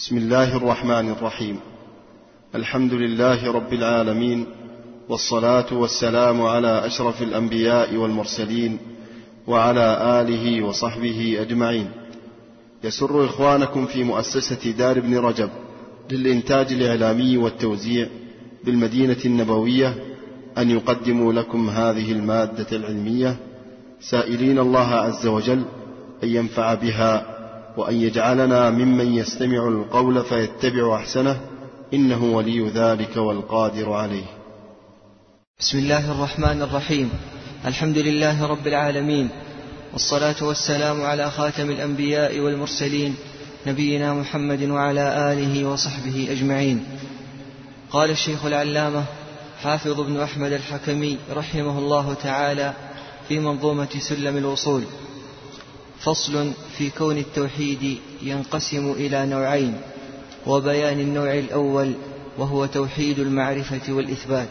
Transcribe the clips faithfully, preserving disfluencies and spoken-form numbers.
بسم الله الرحمن الرحيم. الحمد لله رب العالمين، والصلاة والسلام على أشرف الأنبياء والمرسلين وعلى آله وصحبه أجمعين. يسر إخوانكم في مؤسسة دار ابن رجب للإنتاج الإعلامي والتوزيع بالمدينة النبوية أن يقدموا لكم هذه المادة العلمية، سائلين الله عز وجل أن ينفع بها وأن يجعلنا ممن يستمع القول فيتبع أحسنه، إنه ولي ذلك والقادر عليه. بسم الله الرحمن الرحيم. الحمد لله رب العالمين، والصلاة والسلام على خاتم الأنبياء والمرسلين نبينا محمد وعلى آله وصحبه أجمعين. قال الشيخ العلامة حافظ بن أحمد الحكمي رحمه الله تعالى في منظومة سلم الوصول: فصل في كون التوحيد ينقسم إلى نوعين، وبيان النوع الأول وهو توحيد المعرفة والإثبات.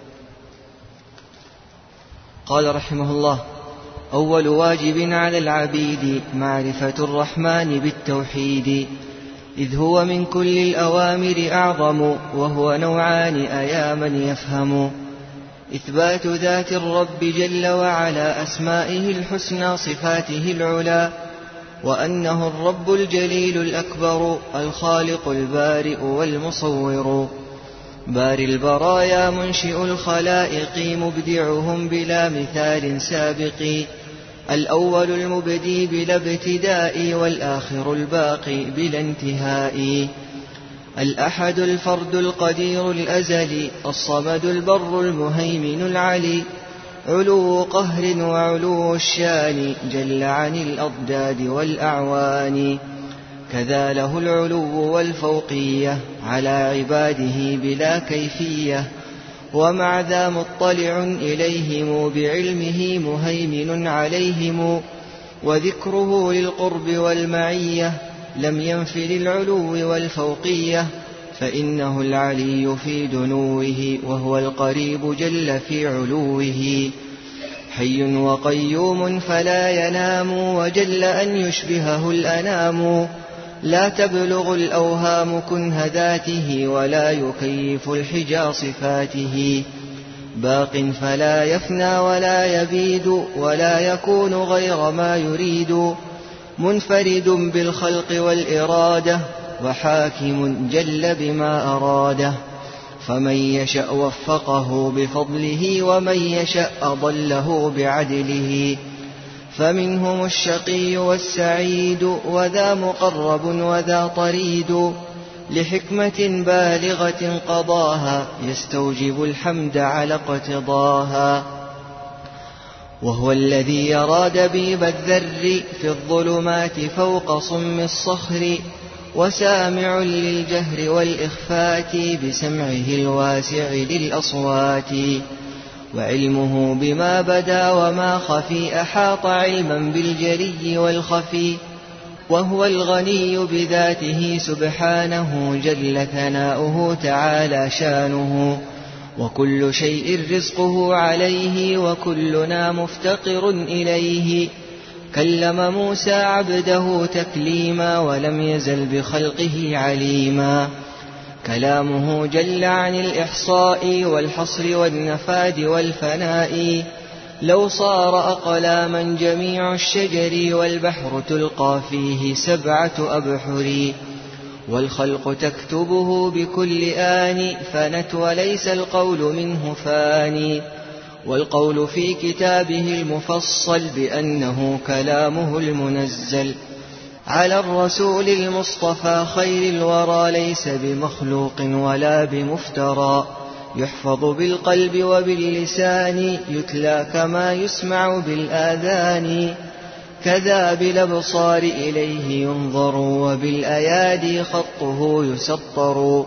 قال رحمه الله: أول واجب على العبيد معرفة الرحمن بالتوحيد، إذ هو من كل الأوامر أعظم، وهو نوعان أيا من يفهم: إثبات ذات الرب جل وعلا، أسمائه الحسنى صفاته العلا، وأنه الرب الجليل الأكبر، الخالق البارئ والمصور، باري البرايا منشئ الخلائق، مبدعهم بلا مثال سابق، الأول المبدي بلا ابتداء، والآخر الباقي بلا انتهاء، الأحد الفرد القدير الأزلي، الصمد البر المهيمن العلي، علو قهر وعلو الشان، جل عن الأضداد والأعوان، كذا له العلو والفوقية على عباده بلا كيفية، ومع ذا مطلع إليهم بعلمه مهيمن عليهم، وذكره للقرب والمعية لم ينف للعلو والفوقية، فإنه العلي في دنوه، وهو القريب جل في علوه، حي وقيوم فلا ينام، وجل أن يشبهه الأنام، لا تبلغ الأوهام كنه ذاته، ولا يكيف الحجى صفاته، باق فلا يفنى ولا يبيد، ولا يكون غير ما يريد، منفرد بالخلق والإرادة، وحاكم جل بما أراده، فمن يشأ وفقه بفضله، ومن يشأ أضله بعدله، فمنهم الشقي والسعيد، وذا مقرب وذا طريد، لحكمة بالغة قضاها، يستوجب الحمد على اقتضاها، وهو الذي يرى دبيب الذر في الظلمات فوق صم الصخر، وسامع للجهر والإخفات بسمعه الواسع للأصوات، وعلمه بما بدا وما خفي، أحاط علما بالجلي والخفي، وهو الغني بذاته سبحانه، جل ثناؤه تعالى شانه، وكل شيء رزقه عليه، وكلنا مفتقر إليه، كلم موسى عبده تكليما، ولم يزل بخلقه عليما، كلامه جل عن الإحصاء والحصر والنفاد والفناء، لو صار أقلاما جميع الشجر، والبحر تلقى فيه سبعة أبحر، والخلق تكتبه بكل آن، فنت وليس القول منه فاني، والقول في كتابه المفصل بأنه كلامه المنزل، على الرسول المصطفى خير الورى، ليس بمخلوق ولا بمفترى، يحفظ بالقلب وباللسان، يتلى كما يسمع بالآذان، كذا بالأبصار إليه ينظر، وبالأيادي خطه يسطر،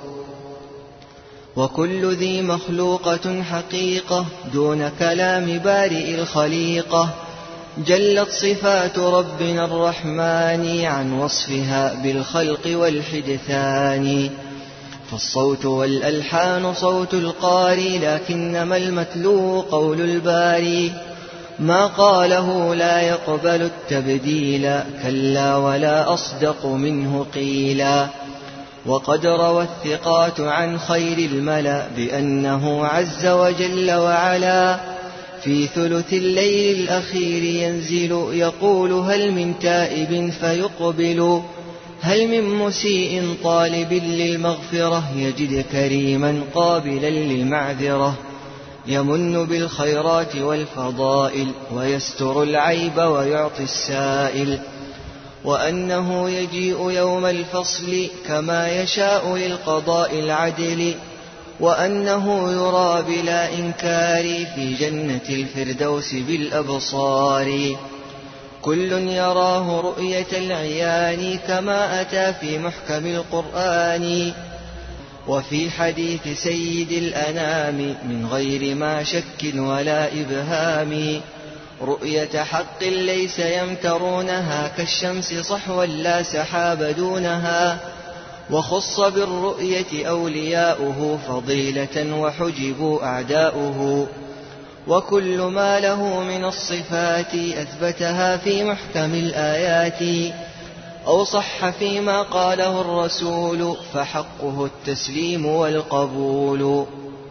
وكل ذي مخلوقة حقيقة دون كلام بارئ الخليقة، جلت صفات ربنا الرحمن عن وصفها بالخلق والحدثان، فالصوت والألحان صوت القاري، لكنما المتلو قول الباري، ما قاله لا يقبل التبديل، كلا ولا أصدق منه قيلا، وقد روى الثقات عن خير الملا بأنه عز وجل وعلا في ثلث الليل الأخير ينزل يقول هل من تائب فيقبل هل من مسيء طالب للمغفرة يجد كريما قابلا للمعذرة يمن بالخيرات والفضائل ويستر العيب ويعطي السائل وأنه يجيء يوم الفصل كما يشاء للقضاء العدل وأنه يرى بلا إنكار في جنة الفردوس بالأبصار كل يراه رؤية العيان كما أتى في محكم القرآن وفي حديث سيد الأنام من غير ما شك ولا إبهام رؤية حق ليس يمترونها كالشمس صحوا لا سحاب دونها وخص بالرؤية أولياؤه فضيلة وحجبوا أعداؤه وكل ما له من الصفات أثبتها في محكم الآيات أو صح فيما قاله الرسول فحقه التسليم والقبول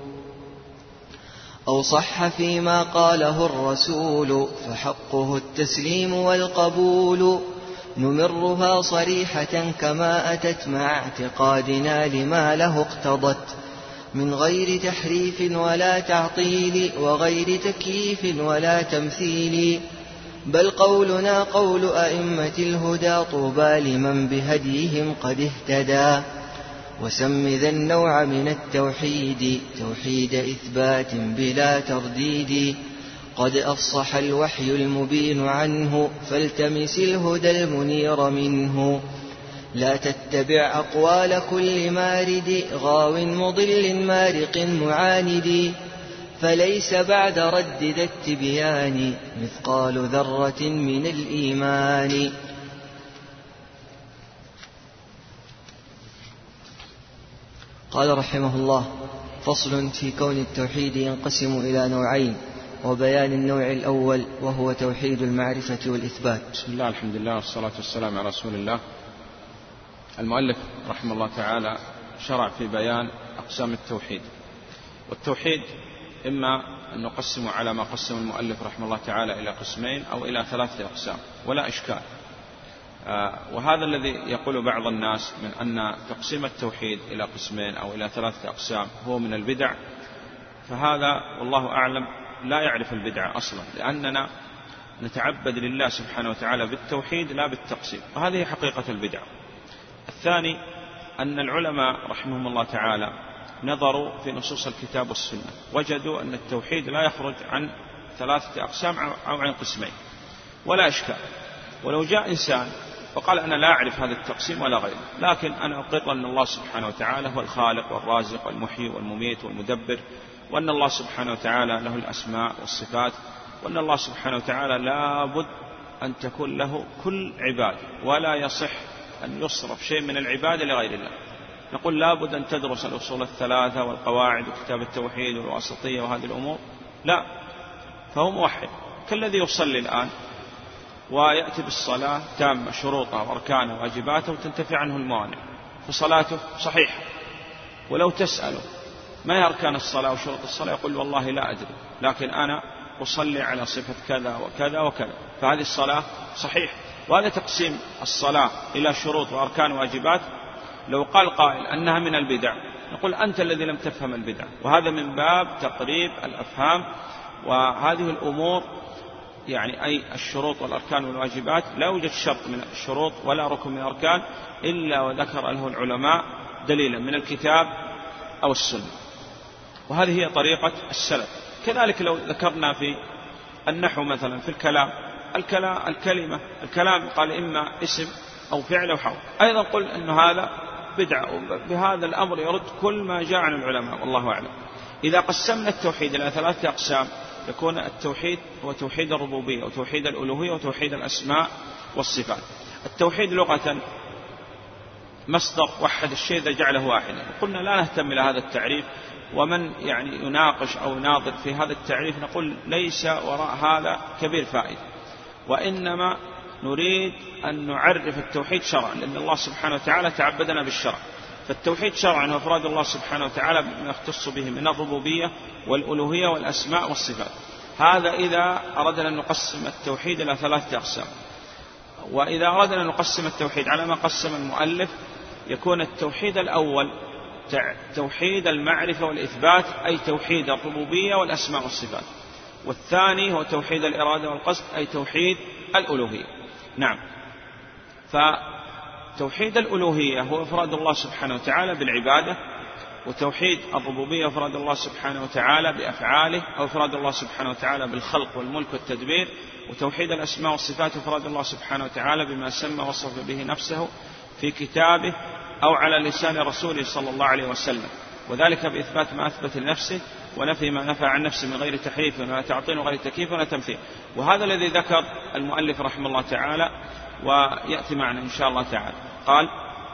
أو صح فيما قاله الرسول فحقه التسليم والقبول نمرها صريحة كما أتت مع اعتقادنا لما له اقتضت من غير تحريف ولا تعطيل وغير تكييف ولا تمثيل بل قولنا قول أئمة الهدى طوبى لمن بهديهم قد اهتدى وسم ذا النوع من التوحيد توحيد إثبات بلا ترديد قد أفصح الوحي المبين عنه فالتمس الهدى المنير منه لا تتبع أقوال كل مارد غاو مضل مارق معاند فليس بعد رد ذا التبيان مثقال ذرة من الإيمان. قال رحمه الله: فصل في كون التوحيد ينقسم إلى نوعين، وبيان النوع الأول وهو توحيد المعرفة والإثبات. بسم الله، الحمد لله، والصلاة والسلام على رسول الله. المؤلف رحمه الله تعالى شرع في بيان أقسام التوحيد. والتوحيد إما أن نقسم على ما قسم المؤلف رحمه الله تعالى إلى قسمين أو إلى ثلاثة أقسام ولا إشكال. آه وهذا الذي يقول بعض الناس من أن تقسيم التوحيد إلى قسمين أو إلى ثلاثة أقسام هو من البدع، فهذا والله أعلم لا يعرف البدع أصلا، لأننا نتعبد لله سبحانه وتعالى بالتوحيد لا بالتقسيم، وهذه حقيقة البدع. الثاني أن العلماء رحمهم الله تعالى نظروا في نصوص الكتاب والسنة وجدوا أن التوحيد لا يخرج عن ثلاثة أقسام أو عن قسمين ولا إشكال. ولو جاء إنسان وقال أنا لا أعرف هذا التقسيم ولا غيره، لكن أنا أقر أن الله سبحانه وتعالى هو الخالق والرازق والمحيي والمميت والمدبر، وأن الله سبحانه وتعالى له الأسماء والصفات، وأن الله سبحانه وتعالى لابد أن تكون له كل عبادة ولا يصح أن يصرف شيء من العبادة لغير الله. نقول لابد أن تدرس الأصول الثلاثة والقواعد وكتاب التوحيد والواسطية وهذه الأمور، لا، فهو موحد كالذي يصلي الآن ويأتي بالصلاة تامة شروطها وأركانها وواجباتها وتنتفي عنه الموانع، فصلاته صحيحة. ولو تسأله ما هي أركان الصلاة وشروط الصلاة يقول والله لا أدري، لكن أنا أصلي على صفة كذا وكذا وكذا، فهذه الصلاة صحيحة. وهذا تقسيم الصلاة إلى شروط وأركان وواجبات. لو قال قائل أنها من البدع نقول أنت الذي لم تفهم البدع، وهذا من باب تقريب الأفهام. وهذه الأمور يعني أي الشروط والأركان والواجبات لا يوجد شرط من الشروط ولا ركن من الأركان إلا وذكر له العلماء دليلا من الكتاب أو السنة، وهذه هي طريقة السلف. كذلك لو ذكرنا في النحو مثلا في الكلام الكلام الكلمة الكلام قال إما اسم أو فعل أو حرف، أيضا قل أن هذا بدعة. بهذا الأمر يرد كل ما جاء عن العلماء والله أعلم. إذا قسمنا التوحيد إلى ثلاثة أقسام يكون التوحيد هو توحيد الربوبية وتوحيد الألوهية وتوحيد الأسماء والصفات. التوحيد لغة مصدر وحد الشيء إذا جعله واحدا، قلنا لا نهتم إلى هذا التعريف، ومن يعني يناقش أو يناظر في هذا التعريف نقول ليس وراء هذا كبير فائدة، وإنما نريد أن نعرف التوحيد شرعا، لأن الله سبحانه وتعالى تعبدنا بالشرع. فالتوحيد شرعا هو إفراد الله سبحانه وتعالى بما يختص به من الربوبية والألوهية والأسماء والصفات. هذا إذا أردنا أن نقسم التوحيد إلى ثلاثة أقسام. وإذا أردنا أن نقسم التوحيد على ما قسم المؤلف يكون التوحيد الأول توحيد المعرفة والإثبات، أي توحيد الربوبية والأسماء والصفات. والثاني هو توحيد الإرادة والقصد، أي توحيد الألوهية. نعم. فتوحيد الألوهية هو إفراد الله سبحانه وتعالى بالعبادة، وتوحيد الربوبية إفراد الله سبحانه وتعالى بأفعاله أو إفراد الله سبحانه وتعالى بالخلق والملك والتدبير، وتوحيد الأسماء والصفات إفراد الله سبحانه وتعالى بما سمى وصف به نفسه في كتابه أو على لسان رسوله صلى الله عليه وسلم، وذلك بإثبات ما أثبت لنفسه ونفي ما نفى عن نفسه من غير تحريف ولا تعطيل وغير تكييف ولا تمثيل. وهذا الذي ذكر المؤلف رحمه الله تعالى ويأتي معنا إن شاء الله تعالى. قال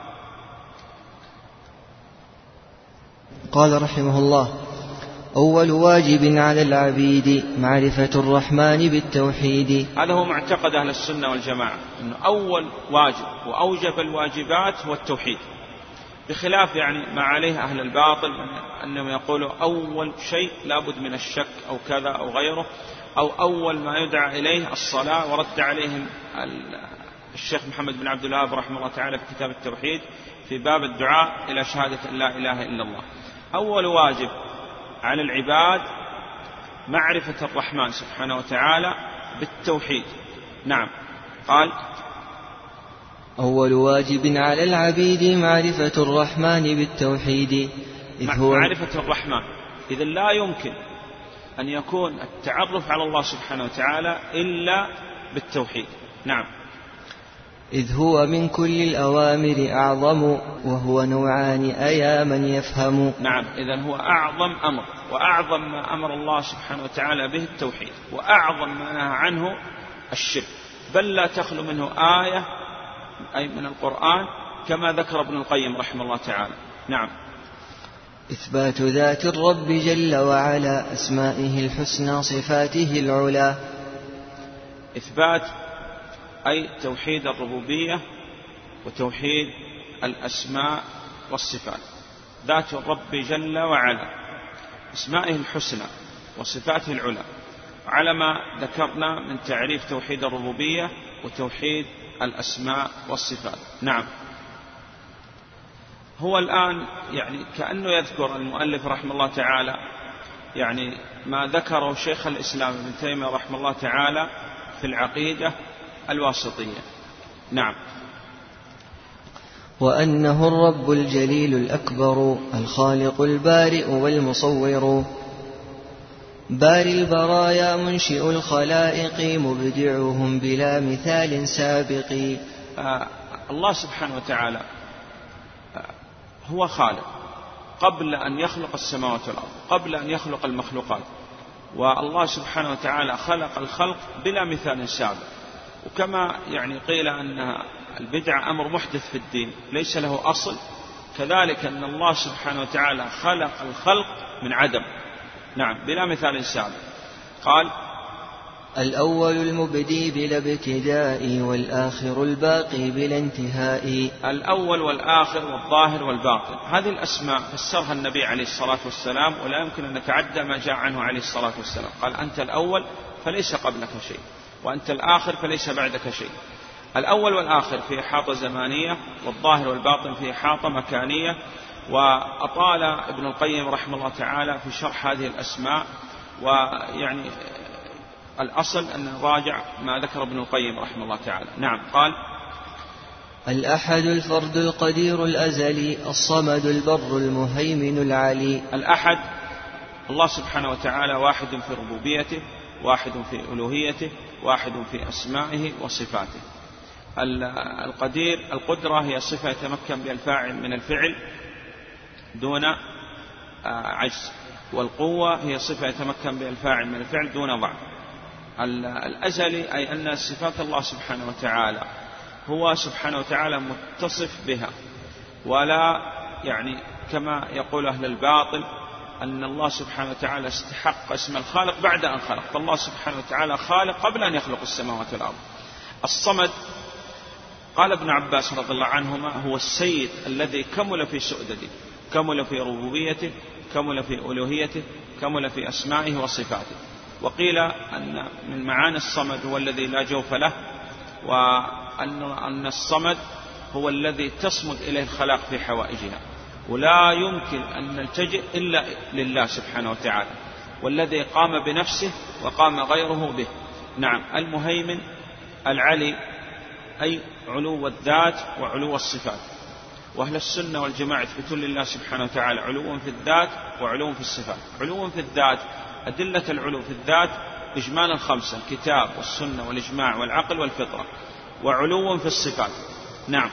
قال رحمه الله: أول واجب على العبيد معرفة الرحمن بالتوحيد. هذا هو معتقد أهل السنة والجماعة، أنه أول واجب وأوجب الواجبات هو التوحيد، بخلاف يعني ما عليه أهل الباطل أنهم يقولوا أول شيء لابد من الشك أو كذا أو غيره، أو أول ما يدعى إليه الصلاة. ورد عليهم الشيخ محمد بن عبد الوهاب رحمه الله تعالى في كتاب التوحيد في باب الدعاء إلى شهادة أن لا إله إلا الله. أول واجب على العباد معرفة الرحمن سبحانه وتعالى بالتوحيد. نعم. قال: أول واجب على العبيد معرفة الرحمن بالتوحيد. إذ هو معرفة الرحمن، إذا لا يمكن أن يكون التعرف على الله سبحانه وتعالى إلا بالتوحيد. نعم. إذ هو من كل الأوامر أعظم وهو نوعان أيا من يفهم. نعم. إذن هو أعظم أمر، وأعظم ما أمر الله سبحانه وتعالى به التوحيد، وأعظم ما نهى عنه الشرك، بل لا تخلو منه آية أي من القرآن كما ذكر ابن القيم رحمه الله تعالى. نعم. إثبات ذات الرب جل وعلا، أسمائه الحسنى صفاته العلا. إثبات أي توحيد الربوبية وتوحيد الأسماء والصفات. ذات الرب جل وعلا، أسمائه الحسنى وصفاته العلا، على ما ذكرنا من تعريف توحيد الربوبية وتوحيد الأسماء والصفات. نعم. هو الآن يعني كأنه يذكر المؤلف رحمه الله تعالى يعني ما ذكره شيخ الإسلام ابن تيمية رحمه الله تعالى في العقيدة الواسطية. نعم. وأنه الرب الجليل الأكبر، الخالق البارئ والمصور، باري البرايا منشئ الخلائق، مبدعهم بلا مثال سابق. آه الله سبحانه وتعالى آه هو خالق قبل أن يخلق السماوات والأرض، قبل أن يخلق المخلوقات، والله سبحانه وتعالى خلق الخلق بلا مثال سابق. وكما يعني قيل أن البدعة أمر محدث في الدين ليس له أصل، كذلك أن الله سبحانه وتعالى خلق الخلق من عدم. نعم. بلا مثال سابق. قال: الأول المبدي بلا ابتداء، والآخر الباقي بلا انتهاء. الأول والآخر والظاهر والباطن، هذه الأسماء فسرها النبي عليه الصلاة والسلام، ولا يمكن أن نتعدى ما جاء عنه عليه الصلاة والسلام. قال: أنت الأول فليس قبلك شيء، وأنت الآخر فليس بعدك شيء. الأول والآخر في إحاطة زمانية، والظاهر والباطن في إحاطة مكانية. وأطال ابن القيم رحمه الله تعالى في شرح هذه الأسماء، ويعني الأصل أن نراجع ما ذكر ابن القيم رحمه الله تعالى. نعم. قال: الأحد الفرد القدير الأزلي، الصمد البر المهيمن العلي. الأحد الله سبحانه وتعالى واحد في ربوبيته، واحد في ألوهيته، واحد في أسمائه وصفاته. القدير، القدرة هي صفة يتمكن بها الفاعل من الفعل دون عجز، والقوة هي صفة يتمكن بها الفاعل من الفعل دون ضعف. الأزلي أي أن صفات الله سبحانه وتعالى هو سبحانه وتعالى متصف بها، ولا يعني كما يقول أهل الباطل أن الله سبحانه وتعالى استحق اسم الخالق بعد أن خلق، فالله سبحانه وتعالى خالق قبل أن يخلق السماوات والأرض. الصمد قال ابن عباس رضي الله عنهما: هو السيد الذي كمل في سؤدده، كمل في ربوبيته، كمل في ألوهيته، كمل في أسمائه وصفاته. وقيل أن من معاني الصمد هو الذي لا جوف له، وأن الصمد هو الذي تصمد إليه الخلاق في حوائجها، ولا يمكن أن نلتجئ إلا لله سبحانه وتعالى، والذي قام بنفسه وقام غيره به. نعم. المهيمن العلي، أي علو الذات وعلو الصفات. وأهل السنة والجماعة يثبتون لله سبحانه وتعالى علو في الذات وعلو في الصفات. علو في الذات، أدلة العلو في الذات إجمالا خمسة: الكتاب والسنة والإجماع والعقل والفطرة. وعلو في الصفات، نعم،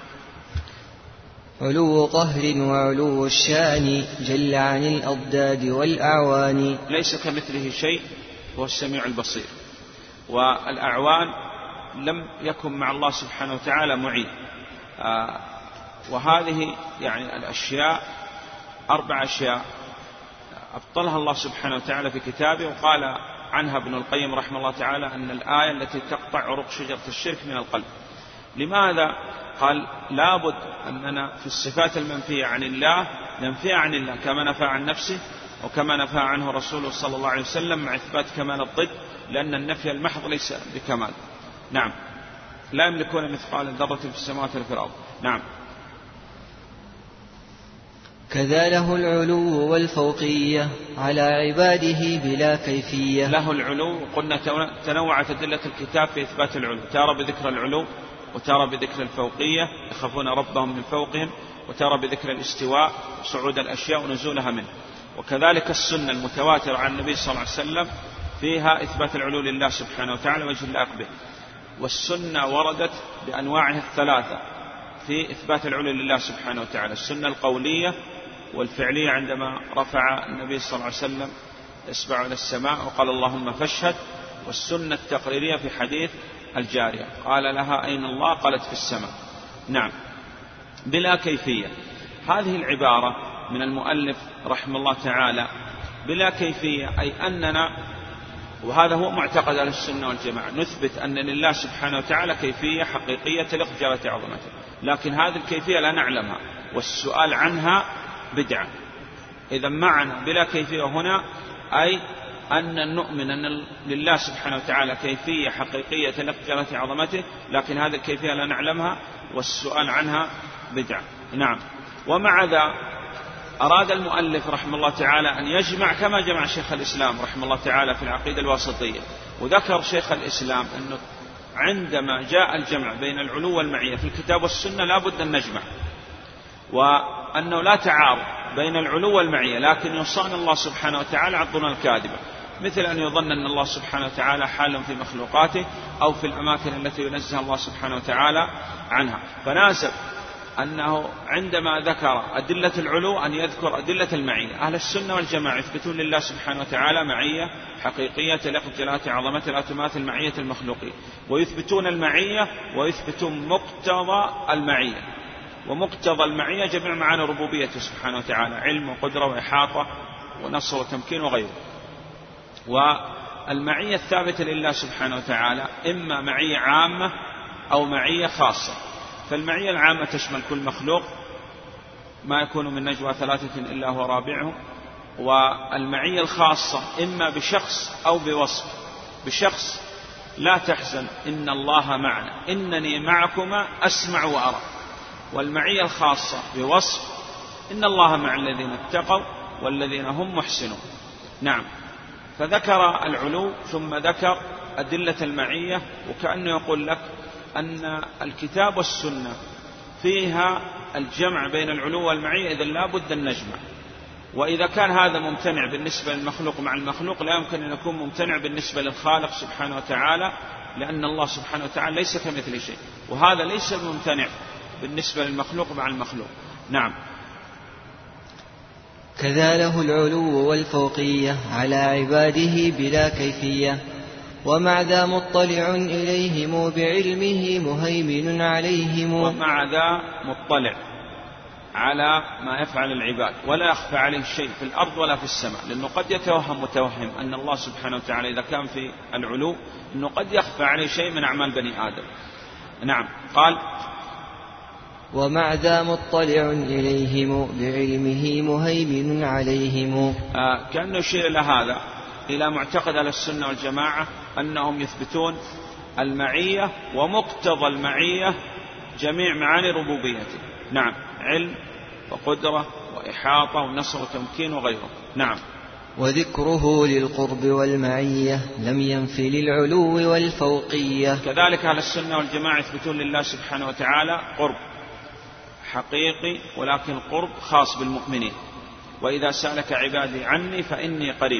علو قهر وعلو الشأن جل عن الأضداد والأعوان. ليس كمثله شيء، هو السميع البصير. والأعوان لم يكن مع الله سبحانه وتعالى معين. آه وهذه يعني الأشياء أربع أشياء أبطلها الله سبحانه وتعالى في كتابه، وقال عنها ابن القيم رحمه الله تعالى أن الآية التي تقطع عروق شجرة الشرك من القلب. لماذا؟ قال: لابد أننا في الصفات المنفية عن الله ننفيها عن الله كما نفى عن نفسه وكما نفى عنه رسوله صلى الله عليه وسلم، مع إثبات كمال الضد، لأن النفي المحض ليس بكمال. نعم. لا يملكون مثقال ذرة في السماوات ولا في الأرض. نعم. كذا له العلو والفوقية على عباده بلا كيفية. له العلو، قلنا تنوعت أدلة الكتاب في إثبات العلو، تارى بذكر العلو وتارى بذكر الفوقية، يخافون ربهم من فوقهم، وتارى بذكر الاستواء، صعود الأشياء ونزولها منه. وكذلك السنة المتواترة عن النبي صلى الله عليه وسلم فيها إثبات العلو لله سبحانه وتعالى وجه اللائق به. والسنة وردت بأنواعها الثلاثة في إثبات العلو لله سبحانه وتعالى: السنة القولية والفعلية عندما رفع النبي صلى الله عليه وسلم إصبعه إلى السماء وقال اللهم فاشهد، والسنة التقريرية في حديث الجارية قال لها أين الله؟ قالت في السماء. نعم. بلا كيفية، هذه العبارة من المؤلف رحمه الله تعالى، بلا كيفية، أي أننا، وهذا هو معتقد أهل السنة والجماعة، نثبت أن لله سبحانه وتعالى كيفية حقيقية تليق بجلالة عظمته، لكن هذه الكيفية لا نعلمها، والسؤال عنها بدعة. إذا معنى بلا كيفية هنا أي أن نؤمن أن لله سبحانه وتعالى كيفية حقيقية تليق بجلالة عظمته، لكن هذه الكيفية لا نعلمها والسؤال عنها بدعة. نعم. ومع ذا أراد المؤلف رحمه الله تعالى أن يجمع كما جمع شيخ الإسلام رحمه الله تعالى في العقيدة الواسطية. وذكر شيخ الإسلام أنه عندما جاء الجمع بين العلو والمعية في الكتاب والسنة لا بد أن نجمع، وأنه لا تعارض بين العلو والمعية، لكن يصان الله سبحانه وتعالى عن الظنون الكاذبة، مثل أن يظن أن الله سبحانه وتعالى حال في مخلوقاته أو في الأماكن التي ينزه الله سبحانه وتعالى عنها. فناسب أنه عندما ذكر أدلة العلو أن يذكر أدلة المعية. أهل السنة والجماعة يثبتون لله سبحانه وتعالى معية حقيقية تليق بجلالة عظمته لا تماثل معية المخلوقين، ويثبتون المعية ويثبتون مقتضى المعية. ومقتضى المعية جميع معاني ربوبيته سبحانه وتعالى: علم وقدرة وإحاطة ونصر وتمكين وغيره. والمعية الثابتة لله سبحانه وتعالى إما معية عامة أو معية خاصة. فالمعية العامة تشمل كل مخلوق، ما يكون من نجوى ثلاثة إلا هو رابعهم. والمعية الخاصة إما بشخص أو بوصف. بشخص: لا تحزن إن الله معنا، إنني معكما أسمع وأرى. والمعية الخاصة بوصف: إن الله مع الذين اتقوا والذين هم محسنون. نعم. فذكر العلو ثم ذكر أدلة المعية، وكأنه يقول لك أن الكتاب والسنة فيها الجمع بين العلو والمعية، إذن لا بد أن نجمع. وإذا كان هذا ممتنع بالنسبة للمخلوق مع المخلوق، لا يمكن أن يكون ممتنع بالنسبة للخالق سبحانه وتعالى، لأن الله سبحانه وتعالى ليس كمثل شيء، وهذا ليس ممتنع بالنسبة للمخلوق مع المخلوق. نعم. كذا له العلو والفوقية على عباده بلا كيفية، ومع ذا مطلع إليهم بعلمه مهيمن عليهم. ومع ذا مطلع على ما يفعل العباد ولا يخفى عليه شيء في الأرض ولا في السماء، لأنه قد يتوهم متوهم أن الله سبحانه وتعالى إذا كان في العلو أنه قد يخفى عليه شيء من أعمال بني آدم. نعم. قال: ومع ذا مطلع إليهم بعلمه مهيمن عليهم. آه كأنه يشير إلى هذا، إلى معتقد أهل السنة والجماعة أنهم يثبتون المعية ومقتضى المعية جميع معاني ربوبيته. نعم، علم وقدرة وإحاطة ونصر وتمكين وغيره. نعم. وذكره للقرب والمعية لم ينف للعلو والفوقية. كذلك أهل السنة والجماعة يثبتون لله سبحانه وتعالى قرب حقيقي، ولكن قرب خاص بالمؤمنين. وإذا سألك عبادي عني فإني قريب.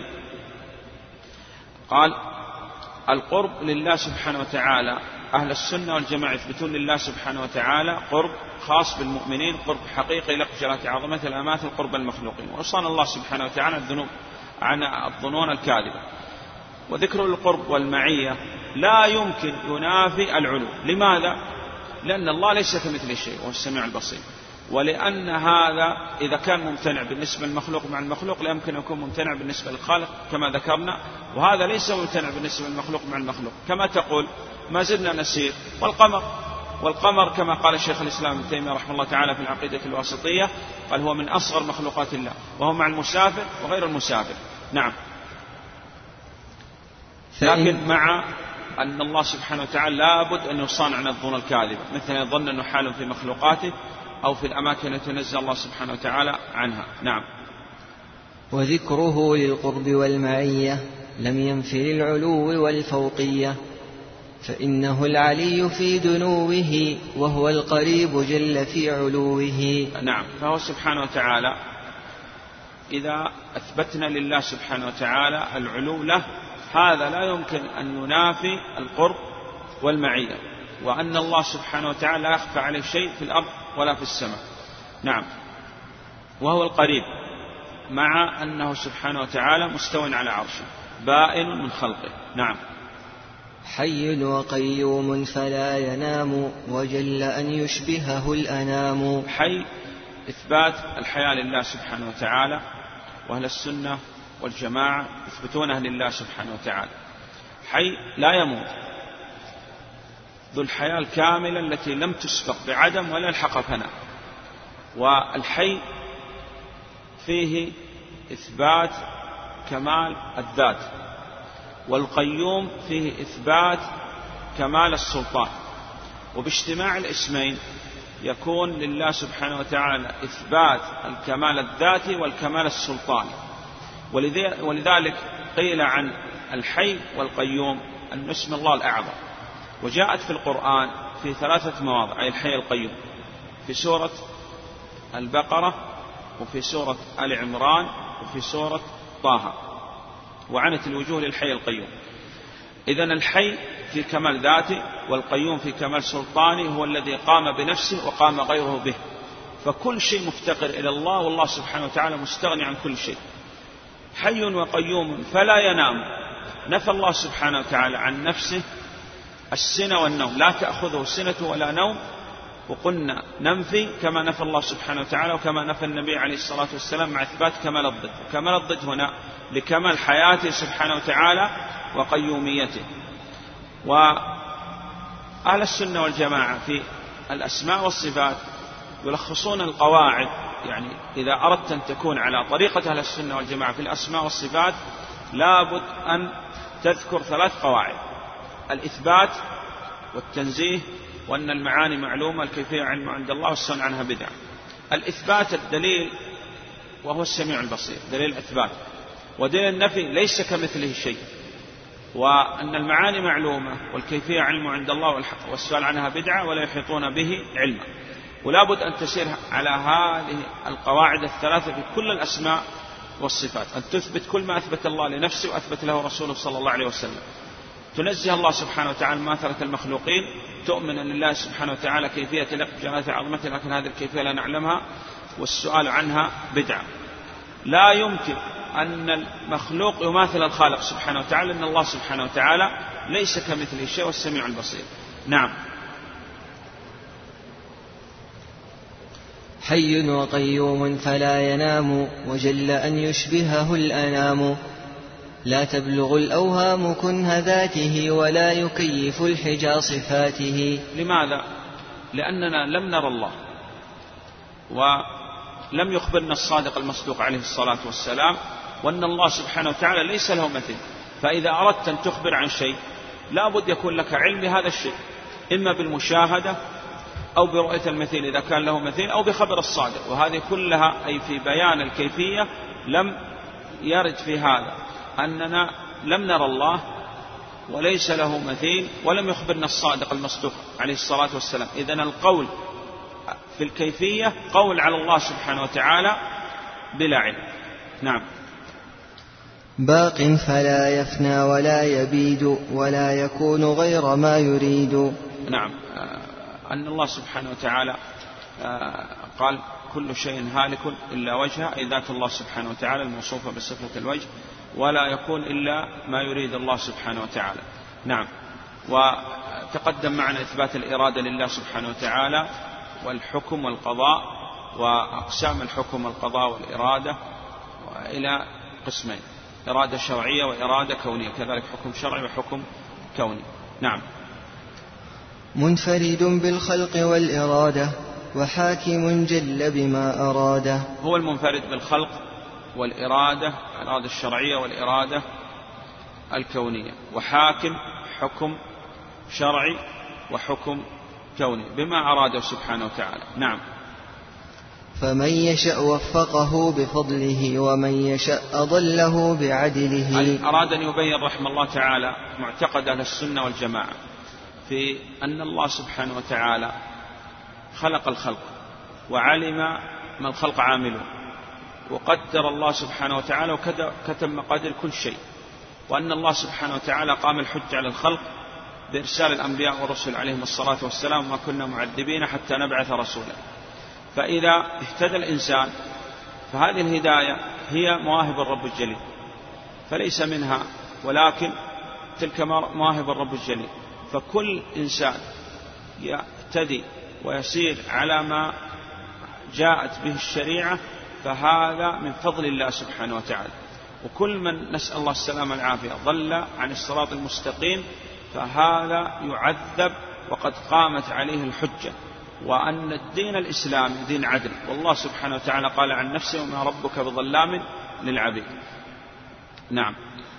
قال: القرب لله سبحانه وتعالى، أهل السنة والجماعة يثبتون لله سبحانه وتعالى قرب خاص بالمؤمنين، قرب حقيقي لقجلة عظمة الأماثل قرب المخلوقين. وصان الله سبحانه وتعالى الذنوب عن الظنون الكاذبة. وذكر القرب والمعية لا يمكن ينافي العلو. لماذا؟ لأن الله ليس كمثله شيء وهو السميع البصير، ولأن هذا إذا كان ممتنع بالنسبة للمخلوق مع المخلوق لا يمكن أن يكون ممتنع بالنسبة للخالق كما ذكرنا، وهذا ليس ممتنع بالنسبة للمخلوق مع المخلوق. كما تقول ما زلنا نسير والقمر، والقمر كما قال الشيخ الإسلام ابن تيمية رحمه الله تعالى في العقيدة الواسطية، قال هو من أصغر مخلوقات الله، وهو مع المسافر وغير المسافر. نعم. لكن مع أن الله سبحانه وتعالى لابد أن يصان عن الظن الكاذبة، مثل أن يظن أنه حال في مخلوقاته أو في الأماكن التي نزل الله سبحانه وتعالى عنها. نعم. وذكره للقرب والمعية لم ينف للعلو والفوقية، فإنه العلي في دنوه وهو القريب جل في علوه. نعم. فهو سبحانه وتعالى إذا أثبتنا لله سبحانه وتعالى العلو له، هذا لا يمكن أن ينافي القرب والمعية، وأن الله سبحانه وتعالى لا يخفى عليه شيء في الأرض ولا في السماء. نعم. وهو القريب، مع أنه سبحانه وتعالى مستو على عرشه بائن من خلقه. نعم. حي وقيوم فلا ينام وجل أن يشبهه الأنام. حي إثبات الحياة لله سبحانه وتعالى، وأهل السنة والجماعة يثبتونها لله سبحانه وتعالى. حي لا يموت، ذو الحياة الكاملة التي لم تسبق بعدم ولا الحق فناء. والحي فيه إثبات كمال الذات، والقيوم فيه إثبات كمال السلطان. وباجتماع الاسمين يكون لله سبحانه وتعالى إثبات الكمال الذاتي والكمال السلطاني. ولذلك قيل عن الحي والقيوم أن اسم الله الأعظم، وجاءت في القرآن في ثلاثة مواضع أي الحي القيوم، في سورة البقرة وفي سورة آل عمران وفي سورة طه، وعنت الوجوه للحي القيوم. إذن الحي في كمال ذاته، والقيوم في كمال سلطانه، هو الذي قام بنفسه وقام غيره به، فكل شيء مفتقر إلى الله، والله سبحانه وتعالى مستغني عن كل شيء. حي وقيوم فلا ينام، نفى الله سبحانه وتعالى عن نفسه السنة والنوم، لا تأخذه سنة ولا نوم، وقلنا ننفي كما نفى الله سبحانه وتعالى وكما نفى النبي عليه الصلاة والسلام، مع إثبات كمال الضد. وكمال الضد هنا لكمال حياته سبحانه وتعالى وقيوميته. وأهل السنة والجماعة في الأسماء والصفات يلخصون القواعد، يعني إذا أردت أن تكون على طريقة أهل السنة والجماعة في الأسماء والصفات لابد أن تذكر ثلاث قواعد: الإثبات والتنزيه، وأن المعاني معلومة، الكيفية علم عند الله، والصنع عنها بدعة. الإثبات الدليل وهو السميع البصير، دليل الإثبات. ودليل النفي ليس كمثله شيء، وأن المعاني معلومة والكيفية علم عند الله والسؤال عنها بدعة ولا يحيطون به علما. ولا بد أن تسير على هذه القواعد الثلاثة في كل الأسماء والصفات، أن تثبت كل ما أثبت الله لنفسه وأثبت له رسوله صلى الله عليه وسلم، تنزه الله سبحانه وتعالى مماثلة المخلوقين، تؤمن أن لله سبحانه وتعالى كيفية لقب جلالة عظمته، لكن هذه الكيفية لا نعلمها، والسؤال عنها بدعة. لا يمكن أن المخلوق يماثل الخالق سبحانه وتعالى، أن الله سبحانه وتعالى ليس كمثله شيء والسميع البصير. نعم. حي وقيوم فلا ينام وجل أن يشبهه الأنام. لا تبلغ الأوهام كنه ذاته ولا يكيف الحجى صفاته. لماذا؟ لأننا لم نرى الله، ولم يخبرنا الصادق المصدوق عليه الصلاة والسلام وأن الله سبحانه وتعالى ليس له مثيل. فإذا أردت أن تخبر عن شيء لا بد يكون لك علم بهذا الشيء، إما بالمشاهدة أو برؤية المثيل إذا كان له مثيل، أو بخبر الصادق. وهذه كلها أي في بيان الكيفية لم يرد في هذا أننا لم نرى الله وليس له مثيل ولم يخبرنا الصادق المصدوق عليه الصلاة والسلام. إذن القول في الكيفية قول على الله سبحانه وتعالى بلا علم. نعم. باق فلا يفنى ولا يبيد ولا يكون غير ما يريد. نعم، أن الله سبحانه وتعالى قال كل شيء هالك إلا وجهه، أي ذات الله سبحانه وتعالى الموصوفة بصفة الوجه، ولا يكون إلا ما يريد الله سبحانه وتعالى. نعم. وتقدم معنا إثبات الإرادة لله سبحانه وتعالى والحكم والقضاء، وأقسام الحكم والقضاء والإرادة إلى قسمين: إرادة شرعية وإرادة كونية، كذلك حكم شرعي وحكم كوني. نعم. منفرد بالخلق والإرادة وحاكم جل بما أراده. هو المنفرد بالخلق والإرادة، الإرادة الشرعية والإرادة الكونية، وحاكم حكم شرعي وحكم كوني بما أراده سبحانه وتعالى. نعم. فمن يشأ وفقه بفضله ومن يشأ أضله بعدله. أراد أن يبين رحمه الله تعالى معتقد أهل السنة والجماعة في أن الله سبحانه وتعالى خلق الخلق وعلم ما الخلق عامله، وقدر الله سبحانه وتعالى وكتب مقادير كل شيء، وأن الله سبحانه وتعالى قام الحج على الخلق بإرسال الأنبياء والرسل عليهم الصلاة والسلام، ما كنا معذبين حتى نبعث رسولا. فإذا اهتدى الإنسان فهذه الهداية هي مواهب الرب الجليل، فليس منها ولكن تلك مواهب الرب الجليل. فكل إنسان يهتدي ويسير على ما جاءت به الشريعة فهذا من فضل الله سبحانه وتعالى. وكل من نسأل الله السلامة والعافية ضل عن الصراط المستقيم فهذا يعذب وقد قامت عليه الحجة، وأن الدين الإسلامي دين عدل، والله سبحانه وتعالى قال عن نفسه: وما ربك بظلام للعبيد. نعم.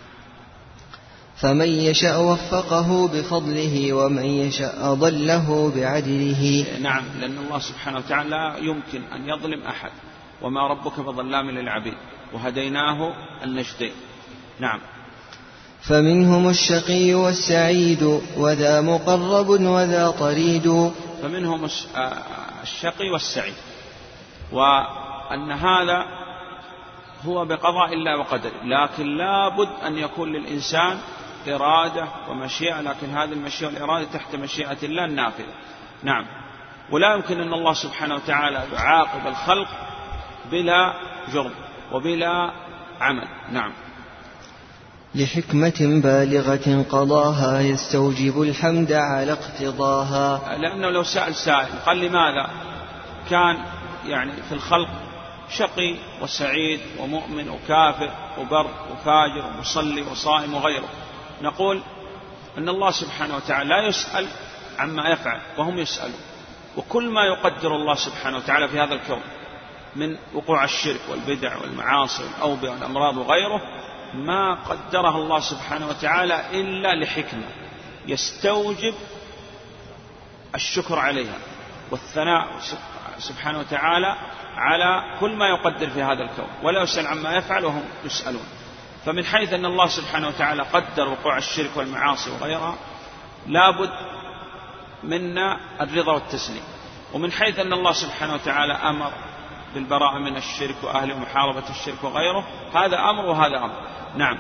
فمن يشاء وفقه بفضله ومن يشاء أضله بعدله. نعم، لأن الله سبحانه وتعالى لا يمكن أن يظلم أحد، وما ربك بظلام للعبيد، وهديناه النجدين. نعم. فمنهم الشقي والسعيد وذا مقرب وذا طريد. فمنهم الشقي والسعيد، وأن هذا هو بقضاء الله وقدره، لكن لا بد أن يكون للإنسان إرادة ومشيئة، لكن هذه المشيئة والإرادة تحت مشيئة الله النافذة. نعم. ولا يمكن أن الله سبحانه وتعالى يعاقب الخلق بلا جرم وبلا عمل. نعم. لحكمة بالغة قضاها يستوجب الحمد على اقتضاها. لأنه لو سأل سائل قال لماذا كان يعني في الخلق شقي وسعيد ومؤمن وكافر وبر وفاجر ومصلي وصائم وغيره، نقول أن الله سبحانه وتعالى لا يسأل عما يفعل وهم يسألون. وكل ما يقدر الله سبحانه وتعالى في هذا الكون من وقوع الشرك والبدع والمعاصي والأوبئة والأمراض وغيره ما قدرها الله سبحانه وتعالى إلا لحكمة يستوجب الشكر عليها والثناء سبحانه وتعالى على كل ما يقدر في هذا الكون، ولا يسأل عما يفعل وهم يسألون. فمن حيث أن الله سبحانه وتعالى قدر وقوع الشرك والمعاصي وغيرها لابد منا الرضا والتسليم، ومن حيث أن الله سبحانه وتعالى أمر بالبراءة من الشرك وأهل ومحاربة الشرك وغيره، هذا أمر وهذا أمر. نعم.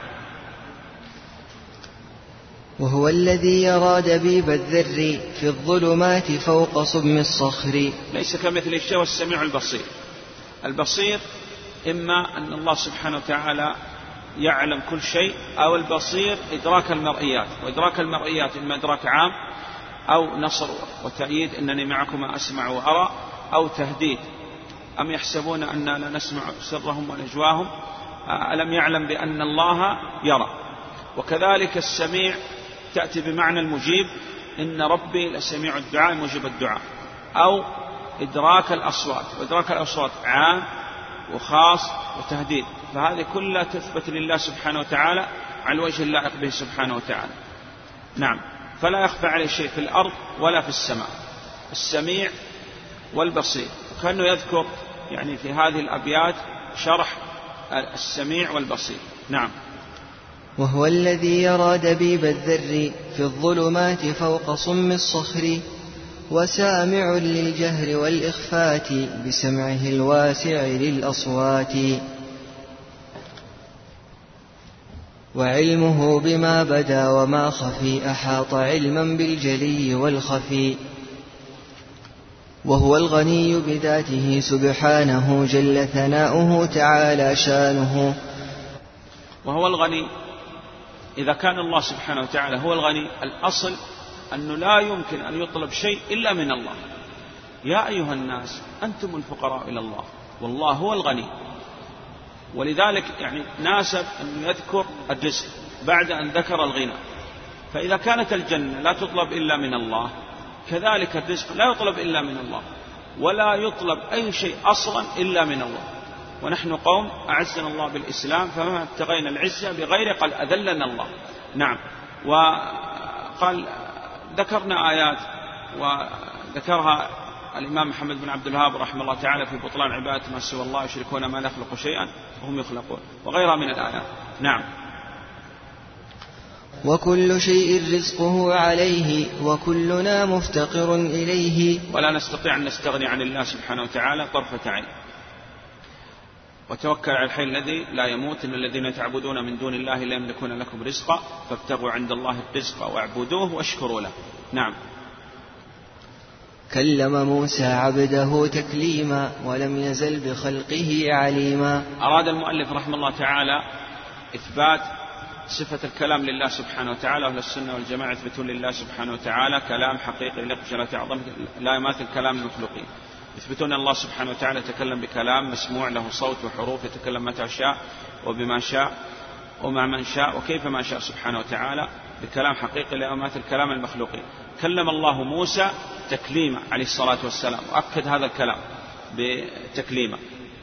وهو الذي يرى دبيب الذر في الظلمات فوق صم الصخر. ليس كمثل الشيء والسميع البصير. البصير إما أن الله سبحانه وتعالى يعلم كل شيء، أو البصير إدراك المرئيات، وإدراك المرئيات إما إدراك عام أو نصر وتأييد أنني معكما أسمع وأرى، أو تهديد أم يحسبون أننا لا نسمع سرهم ونجواهم ألم يعلم بأن الله يرى. وكذلك السميع تأتي بمعنى المجيب، إن ربي لسميع الدعاء مجيب الدعاء، أو إدراك الأصوات، وإدراك الأصوات عام وخاص وتهديد، فهذه كلها تثبت لله سبحانه وتعالى على الوجه اللائق به سبحانه وتعالى. نعم، فلا يخفى عليه شيء في الأرض ولا في السماء، السميع والبصير. وكأنه يذكر يعني في هذه الأبيات شرح السميع والبصير. نعم. وهو الذي يرى دبيب الذر في الظلمات فوق صم الصخر، وسامع للجهر والإخفات بسمعه الواسع للأصوات، وعلمه بما بدا وما خفي أحاط علما بالجلي والخفي، وهو الغني بذاته سبحانه جل ثناؤه تعالى شانه. وهو الغني، إذا كان الله سبحانه وتعالى هو الغني، الأصل أنه لا يمكن أن يطلب شيء إلا من الله. يا أيها الناس أنتم الفقراء إلى الله والله هو الغني. ولذلك يعني ناسب أن يذكر الرزق بعد أن ذكر الغنى. فإذا كانت الجنة لا تطلب إلا من الله، كذلك الرزق لا يطلب إلا من الله، ولا يطلب أي شيء أصلا إلا من الله. ونحن قوم أعزنا الله بالإسلام، فما ابتغينا العزة بغير قال أذلنا الله. نعم. وقال ذكرنا آيات وذكرها الإمام محمد بن عبد الوهاب رحمه الله تعالى في بطلان عبادة ما سوى الله، يشركون ما لا يخلق شيئا وهم يخلقون، وغيرها من الآيات. نعم. وكل شيء رزقه عليه وكلنا مفتقر إليه، ولا نستطيع أن نستغني عن الله سبحانه وتعالى طرفة عين. وتوكل على الحي الذي لا يموت، إن الذين تعبدون من دون الله لا يملكون لكم رزقا فابتغوا عند الله الرزق واعبدوه واشكروا له. نعم. كلم موسى عبده تكليما ولم يزل بخلقه عليما. أراد المؤلف رحمه الله تعالى إثبات صفة الكلام لله سبحانه وتعالى، وأهل السنة والجماعة يثبتون لله سبحانه وتعالى كلام حقيقي يليق بجلالة عظمته لا يماثل كلام المخلوقين. يثبتون الله سبحانه وتعالى يتكلم بكلام مسموع له صوت وحروف، يتكلم متى شاء وبما شاء ومع من شاء وكيف ما شاء سبحانه وتعالى، بكلام حقيقي لا يماثل كلام المخلوقين. كلم الله موسى تكليما عليه الصلاة والسلام، وأكد هذا الكلام بتكليما،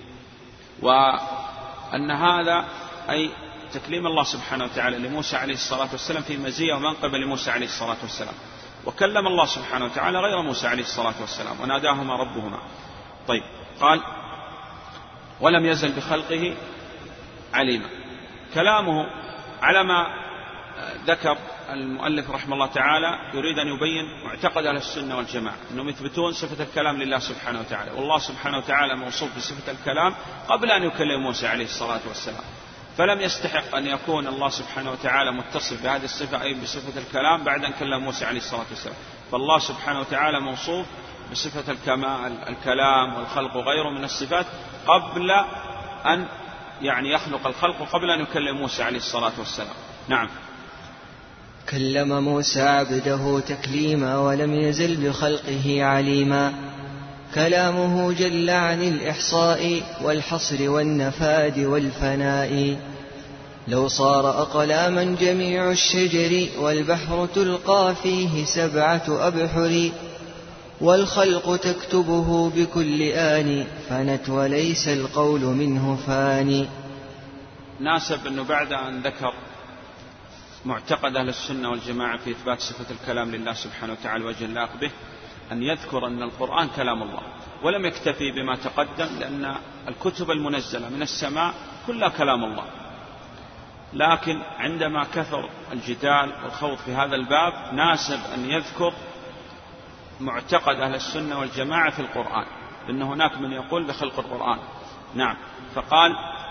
وأن هذا أي تكليم الله سبحانه وتعالى لموسى عليه الصلاة والسلام في مزية ومنقبة لموسى عليه الصلاة والسلام. وكلم الله سبحانه وتعالى غير موسى عليه الصلاة والسلام وناداهما ربهما. طيب، قال ولم يزل بخلقه عليما. كلامه على ما ذكر المؤلف رحمه الله تعالى يريد أن يبين معتقد أهل السنة والجماعة أنهم يثبتون صفة الكلام لله سبحانه وتعالى، والله سبحانه وتعالى موصوف بصفة الكلام قبل أن يكلم موسى عليه الصلاة والسلام، فلم يستحق أن يكون الله سبحانه وتعالى متصف بهذه الصفة أي بصفة الكلام بعد أن كلم موسى عليه الصلاة والسلام. فالله سبحانه وتعالى موصوف بصفة الكمال الكلام والخلق وغيره من الصفات قبل أن يعني يخلق الخلق، قبل أن يكلم موسى عليه الصلاة والسلام. نعم. كلم موسى عبده تكليما ولم يزل بخلقه عليما. كلامه جل عن الإحصاء والحصر والنفاد والفناء، لو صار أقلاما جميع الشجر والبحر تلقى فيه سبعة أبحر، والخلق تكتبه بكل آن فنت وليس القول منه فاني. ناسب أنه بعد أن ذكر معتقد أهل السنة والجماعة في إثبات صفة الكلام لله سبحانه وتعالى وجه اللائق به أن يذكر أن القرآن كلام الله، ولم يكتفي بما تقدم لأن الكتب المنزلة من السماء كلها كلام الله، لكن عندما كثر الجدال والخوض في هذا الباب ناسب أن يذكر معتقد أهل السنة والجماعة في القرآن، لأن هناك من يقول بخلق القرآن. نعم. فقال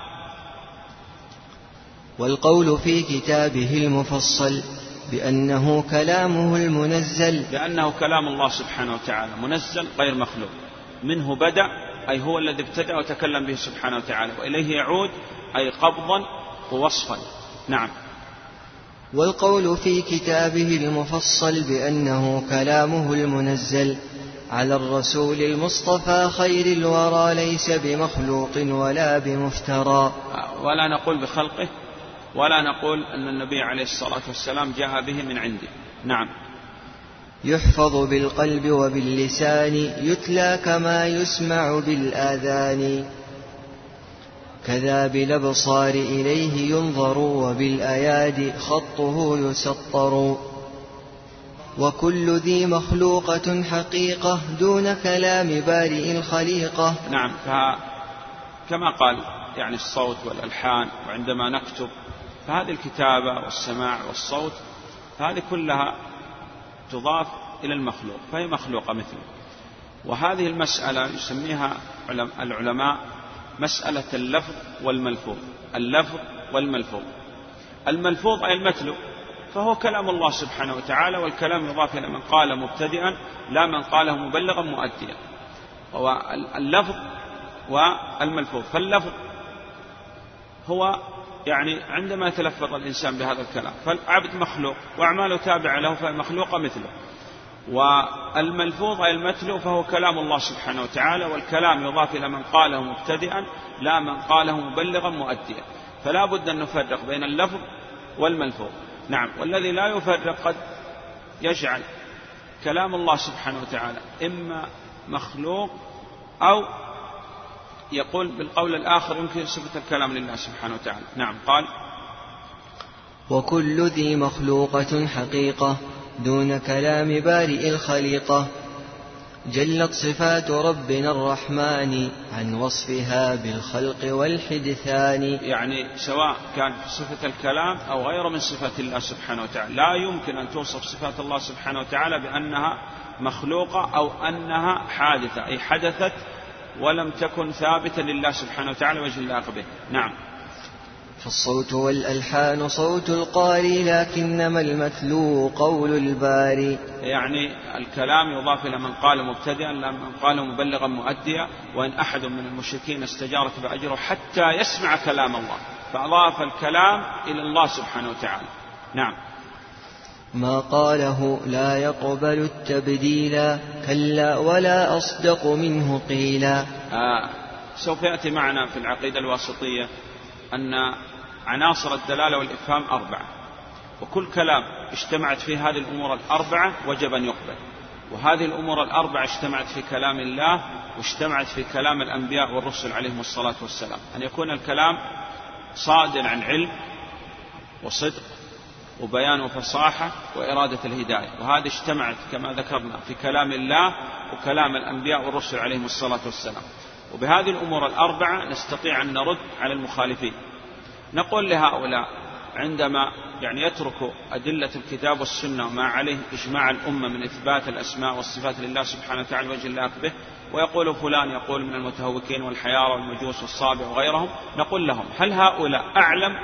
والقول في كتابه المفصل بأنه كلامه المنزل، بأنه كلام الله سبحانه وتعالى منزل غير مخلوق، منه بدأ أي هو الذي ابتدأ وتكلم به سبحانه وتعالى، وإليه يعود أي قبضا ووصفا. نعم. والقول في كتابه المفصل بأنه كلامه المنزل على الرسول المصطفى خير الورى ليس بمخلوق ولا بمفترى. ولا نقول بخلقه، ولا نقول أن النبي عليه الصلاة والسلام جاء به من عنده. نعم. يحفظ بالقلب وباللسان، يتلى كما يسمع بالآذان، كذا بالأبصار إليه ينظر، وبالأيادي خطه يسطر، وكل ذي مخلوقة حقيقة دون كلام بارئ الخليقة. نعم. فكما قال يعني الصوت والألحان، وعندما نكتب فهذه الكتابة والسماع والصوت فهذه كلها تضاف إلى المخلوق، فهي مخلوقة مثله. وهذه المسألة يسميها العلماء مسألة اللفظ والملفوظ. اللفظ والملفوظ. الملفوظ أي المتلو، فهو كلام الله سبحانه وتعالى، والكلام يضاف إلى من قال مبتدئا لا من قاله مبلغا مؤديا. واللفظ والملفوظ. فاللفظ هو يعني عندما يتلفظ الإنسان بهذا الكلام، فالعبد مخلوق وأعماله تابعة له فمخلوقة مثله. والملفوظ أي المتلو فهو كلام الله سبحانه وتعالى، والكلام يضاف إلى من قاله مبتدئا لا من قاله مبلغا مؤديا. فلا بد أن نفرق بين اللفظ والملفوظ. نعم. والذي لا يفرق قد يجعل كلام الله سبحانه وتعالى إما مخلوق، أو يقول بالقول الآخر يمكن صفة الكلام لله سبحانه وتعالى. نعم. قال: وكل ذي مخلوقة حقيقة دون كلام بارئ الخليقة، جلت صفات ربنا الرحمن عن وصفها بالخلق والحدثان. يعني سواء كان في صفة الكلام أو غير من صفات الله سبحانه وتعالى، لا يمكن أن توصف صفات الله سبحانه وتعالى بأنها مخلوقة أو أنها حادثة، أي حدثت ولم تكن ثابتة لله سبحانه وتعالى وجل عقبه. نعم. فالصوت والألحان صوت القاري، لكنما المتلو قول الباري. يعني الكلام يضاف إلى من قال مبتدئا لا من قال مبلغا مؤديا. وإن أحد من المشركين استجارك فأجره حتى يسمع كلام الله، فأضاف الكلام إلى الله سبحانه وتعالى. نعم. ما قاله لا يقبل التبديلا، كلا ولا أصدق منه قيلا. آه سوف يأتي معنا في العقيدة الواسطية أن عناصر الدلالة والإفهام أربعة، وكل كلام اجتمعت فيه هذه الأمور الأربعة وجب أن يقبل. وهذه الأمور الأربعة اجتمعت في كلام الله واجتمعت في كلام الأنبياء والرسل عليهم الصلاة والسلام. أن يكون الكلام صادر عن علم وصدق وبيان وفصاحة وإرادة الهداية، وهذه اجتمعت كما ذكرنا في كلام الله وكلام الأنبياء والرسل عليهم الصلاة والسلام. وبهذه الأمور الأربعة نستطيع أن نرد على المخالفين. نقول لهؤلاء عندما يعني يتركوا أدلة الكتاب والسنة وما عليه إجماع الأمة من إثبات الأسماء والصفات لله سبحانه وتعالى وجل عقبه، ويقول فلان يقول من المتهوكين والحيارى والمجوس والصابع وغيرهم، نقول لهم: هل هؤلاء أعلم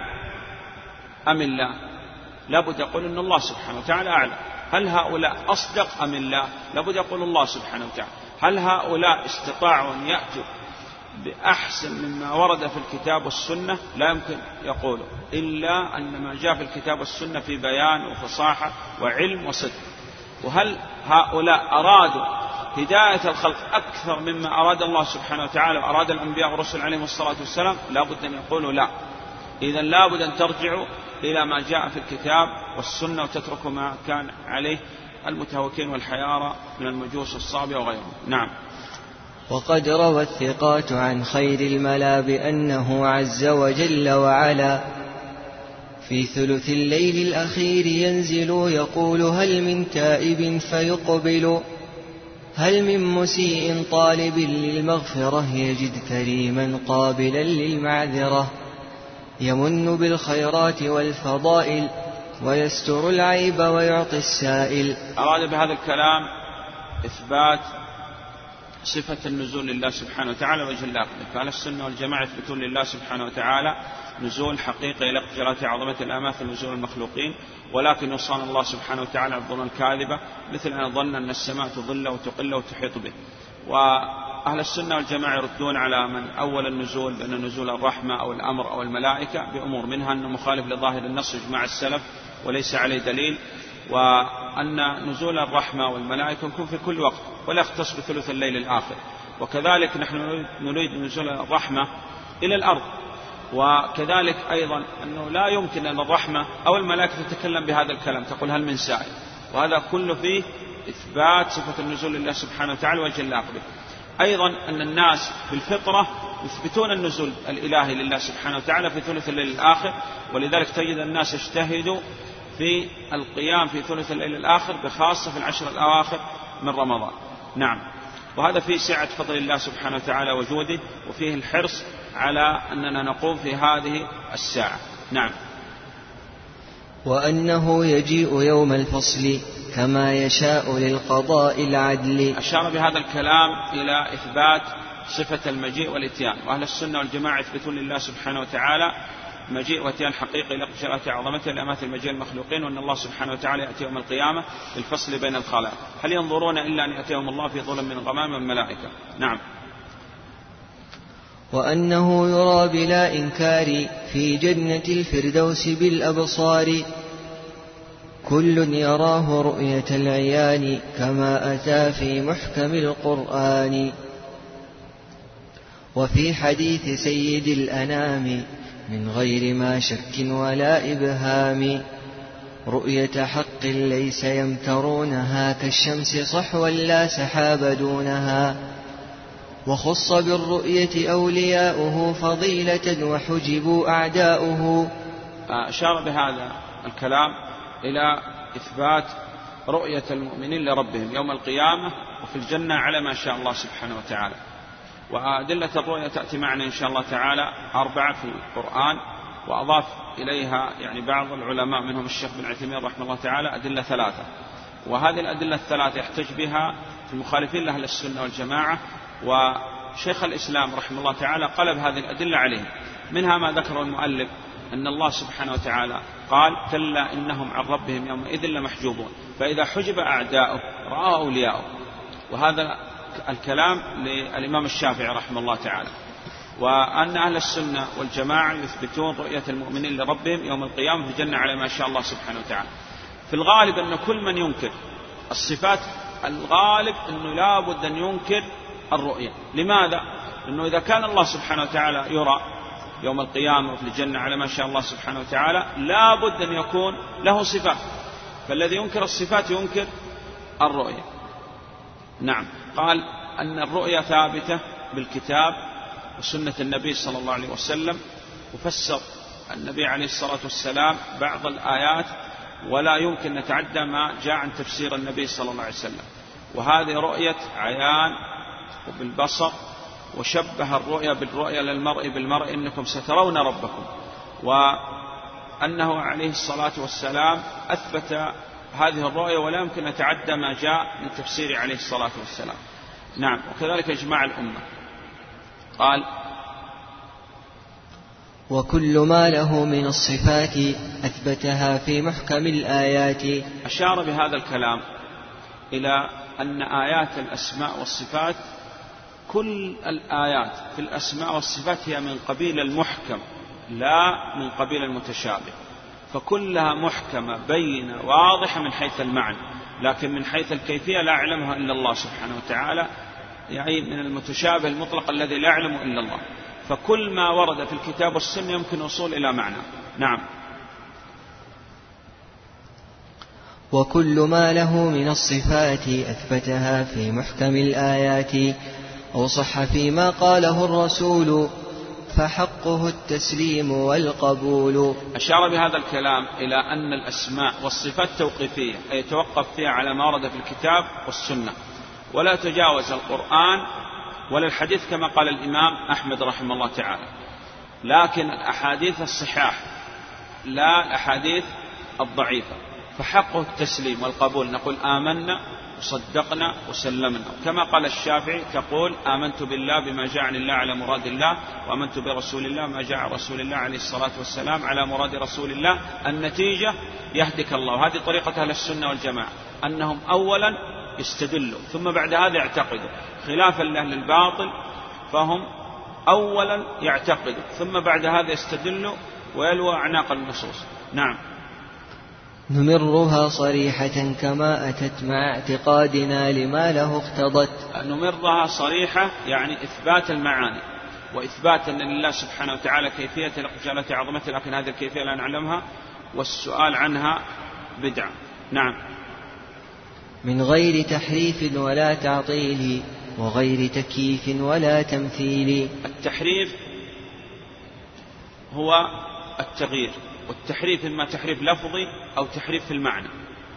أم الله؟ لابد يقول إن الله سبحانه وتعالى أعلم. هل هؤلاء أصدق أم الله؟ لابد يقول الله سبحانه وتعالى. هل هؤلاء استطاعوا أن يأتوا بأحسن مما ورد في الكتاب والسنة؟ لا يمكن يقولوا، إلا أن ما جاء في الكتاب والسنة في بيان وفصاحة وعلم وصدق. وهل هؤلاء أرادوا هداية الخلق أكثر مما أراد الله سبحانه وتعالى وأراد الأنبياء والرسل عليهم الصلاة والسلام؟ لا بد أن يقولوا لا. إذن لا بد أن ترجعوا إلى ما جاء في الكتاب والسنة وتتركوا ما كان عليه المتهوكين والحيارى من المجوس والصابع وغيرهم. نعم. وقد روى الثقات عن خير الملا بأنه عز وجل وعلا في ثلث الليل الأخير ينزل، يقول: هل من تائب فيقبل، هل من مسيء طالب للمغفرة، يجد كريما قابلا للمعذرة، يمن بالخيرات والفضائل، ويستر العيب ويعطي السائل. أراد بهذا الكلام إثبات صفة النزول لله سبحانه وتعالى وجل عقبه. فأهل السنة والجماعة يثبتون لله سبحانه وتعالى نزول حقيقي لاقتراف عظمة الآماثل نزول المخلوقين، ولكن يصان الله سبحانه وتعالى الظن الكاذبة، مثل أن ظن أن السماء تظل وتقل وتحيط به. وأهل السنة والجماعة يردون على من أول النزول بأن نزول الرحمة أو الأمر أو الملائكة بأمور، منها أنه مخالف لظاهر النص إجماع السلف وليس عليه دليل، وأن نزول الرحمة والملائكة يكون في كل وقت ولا يختص بثلث الليل الآخر. وكذلك نحن نريد نزول الرحمة إلى الأرض، وكذلك أيضا أنه لا يمكن أن الرحمة أو الملائكة تتكلم بهذا الكلام تقول هل من سائل، وهذا كله فيه إثبات صفة النزول لله سبحانه وتعالى وجه الله به. أيضا أن الناس بالفطرة يثبتون النزول الإلهي لله سبحانه وتعالى في ثلث الليل الآخر، ولذلك تجد الناس يجتهدوا في القيام في ثلث الليل الآخر بخاصة في العشر الأواخر من رمضان. نعم، وهذا فيه سعة فضل الله سبحانه وتعالى وجوده، وفيه الحرص على أننا نقوم في هذه الساعة. نعم. وأنه يجيء يوم الفصل كما يشاء للقضاء العدل. أشار بهذا الكلام إلى إثبات صفة المجيء والإتيان، وأهل السنة والجماعة يثبتون لله سبحانه وتعالى مجيء واتيان حقيقي لقشرة عظمته لأمات المجيء المخلوقين، وأن الله سبحانه وتعالى يأتي يوم القيامة للفصل بين الخلائق، هل ينظرون إلا أن يأتيهم الله في ظلم من الغمام والملائكة. نعم. وأنه يرى بلا إنكار في جنة الفردوس بالأبصار، كل يراه رؤية العيان كما أتى في محكم القرآن. وفي حديث سيد الأنام من غير ما شك ولا إبهام، رؤية حق ليس يمترونها كالشمس صحوا لا سحاب دونها، وخص بالرؤية أولياؤه فضيلة وحجبوا أعداؤه. أشار بهذا الكلام إلى إثبات رؤية المؤمنين لربهم يوم القيامة وفي الجنة على ما شاء الله سبحانه وتعالى. وأدلة الرؤية تأتي معنا إن شاء الله تعالى أربعة في القرآن، وأضاف إليها يعني بعض العلماء منهم الشيخ بن عثيمين رحمه الله تعالى أدلة ثلاثة، وهذه الأدلة الثلاثة يحتج بها المخالفين لأهل السنة والجماعة، وشيخ الإسلام رحمه الله تعالى قلب هذه الأدلة عليه. منها ما ذكره المؤلف أن الله سبحانه وتعالى قال كلا إنهم عن ربهم يومئذ لمحجوبون، فإذا حجب أعداؤه رأى أولياؤه، وهذا الكلام للإمام الشافعي رحمه الله تعالى. وأن أهل السنة والجماعة يثبتون رؤية المؤمنين لربهم يوم القيامة في الجنة على ما شاء الله سبحانه وتعالى. في الغالب أن كل من ينكر الصفات الغالب أنه لا بد أن ينكر الرؤية. لماذا؟ لأنه إذا كان الله سبحانه وتعالى يرى يوم القيامة في الجنة على ما شاء الله سبحانه وتعالى لا بد أن يكون له صفات، فالذي ينكر الصفات ينكر الرؤية. نعم. قال أن الرؤية ثابتة بالكتاب وسنة النبي صلى الله عليه وسلم، وفسر النبي عليه الصلاة والسلام بعض الآيات ولا يمكن نتعدى ما جاء عن تفسير النبي صلى الله عليه وسلم، وهذه رؤية عيان وبالبصر، وشبه الرؤيا بالرؤيا للمرء بالمرء إنكم سترون ربكم، وأنه عليه الصلاة والسلام أثبت هذه الرؤيا ولا يمكن نتعدى ما جاء من تفسير عليه الصلاة والسلام. نعم. وكذلك إجماع الأمة. قال وكل ما له من الصفات أثبتها في محكم الآيات. أشار بهذا الكلام إلى أن آيات الأسماء والصفات كل الآيات في الأسماء والصفات هي من قبيل المحكم لا من قبيل المتشابه، فكلها محكمة بينة واضحة من حيث المعنى، لكن من حيث الكيفية لا يعلمها إلا الله سبحانه وتعالى، يعني من المتشابه المطلق الذي لا يعلمه إلا الله. فكل ما ورد في الكتاب والسنة يمكن وصول إلى معنى. نعم. وكل ما له من الصفات أثبتها في محكم الآيات أو صح فيما قاله الرسول فحقه التسليم والقبول. أشار بهذا الكلام إلى أن الأسماء والصفات توقيفية، أي يتوقف فيها على ما ورد في الكتاب والسنة، ولا تجاوز القرآن ولا الحديث كما قال الإمام أحمد رحمه الله تعالى، لكن الأحاديث الصحاح لا الأحاديث الضعيفة، فحقه التسليم والقبول، نقول آمنا وصدقنا وسلمنا، كما قال الشافعي تقول آمنت بالله بما جاء عن الله على مراد الله، وآمنت برسول الله ما جاء عن رسول الله عليه الصلاة والسلام على مراد رسول الله، النتيجة يهدك الله. هذه طريقة أهل السنة والجماعة، أنهم أولا يستدلوا ثم بعد هذا يعتقدوا، خلافا لأهل الباطل فهم أولا يعتقدوا ثم بعد هذا يستدلوا ويلوى أعناق النصوص. نعم. نمرها صريحة كما أتت مع اعتقادنا لما له اقتضت. نمرها صريحة يعني إثبات المعاني، وإثباتا لله سبحانه وتعالى كيفية جلالة عظمته، لكن هذه الكيفية لا نعلمها، والسؤال عنها بدعة. نعم. من غير تحريف ولا تعطيل وغير تكييف ولا تمثيل. التحريف هو التغيير، والتحريف إما تحريف لفظي أو تحريف في المعنى.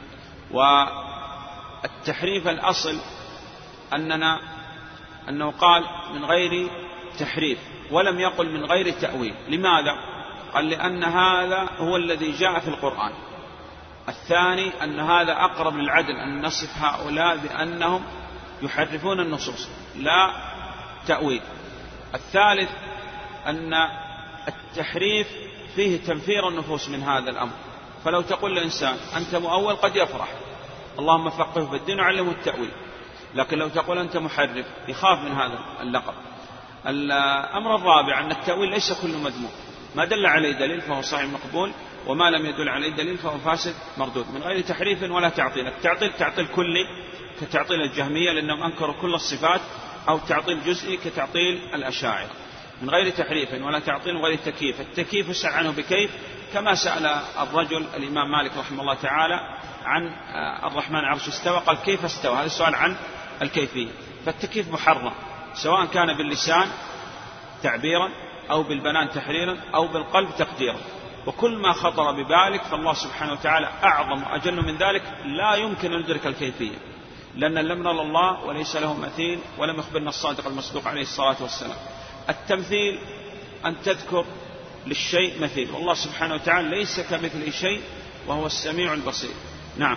والتحريف الأصل أننا أنه قال من غير تحريف ولم يقل من غير تأويل. لماذا؟ قال لأن هذا هو الذي جاء في القرآن. الثاني أن هذا أقرب للعدل، أن نصف هؤلاء بأنهم يحرفون النصوص لا تأويل. الثالث أن التحريف فيه تنفير النفوس من هذا الأمر، فلو تقول لإنسان أنت مؤول قد يفرح، اللهم فقهه في الدين وعلمه التأويل، لكن لو تقول أنت محرف يخاف من هذا اللقب. الأمر الرابع أن التأويل ليس كل مذموم، ما دل عليه دليل فهو صحيح مقبول، وما لم يدل عليه دليل فهو فاسد مردود. من غير تحريف ولا تعطيل. التعطيل تعطيل كلي كتعطيل الجهمية لأنهم أنكروا كل الصفات، أو تعطيل جزئي كتعطيل الأشاعرة. من غير تحريف ولا تعطيل وغير تكييف. التكييف يسأل عنه بكيف، كما سأل الرجل الإمام مالك رحمه الله تعالى عن الرحمن عرش استوى، قال كيف استوى؟ هذا السؤال عن الكيفية. فالتكييف محرم سواء كان باللسان تعبيرا أو بالبنان تحريرا أو بالقلب تقديرا، وكل ما خطر ببالك فالله سبحانه وتعالى أعظم وأجل من ذلك، لا يمكن أن ندرك الكيفية، لأن لم نرى الله وليس له مثيل، ولم يخبرنا الصادق المصدوق عليه الصلاة والسلام. التمثيل أن تذكر للشيء مثيل، والله سبحانه وتعالى ليس كمثله شيء وهو السميع البصير. نعم.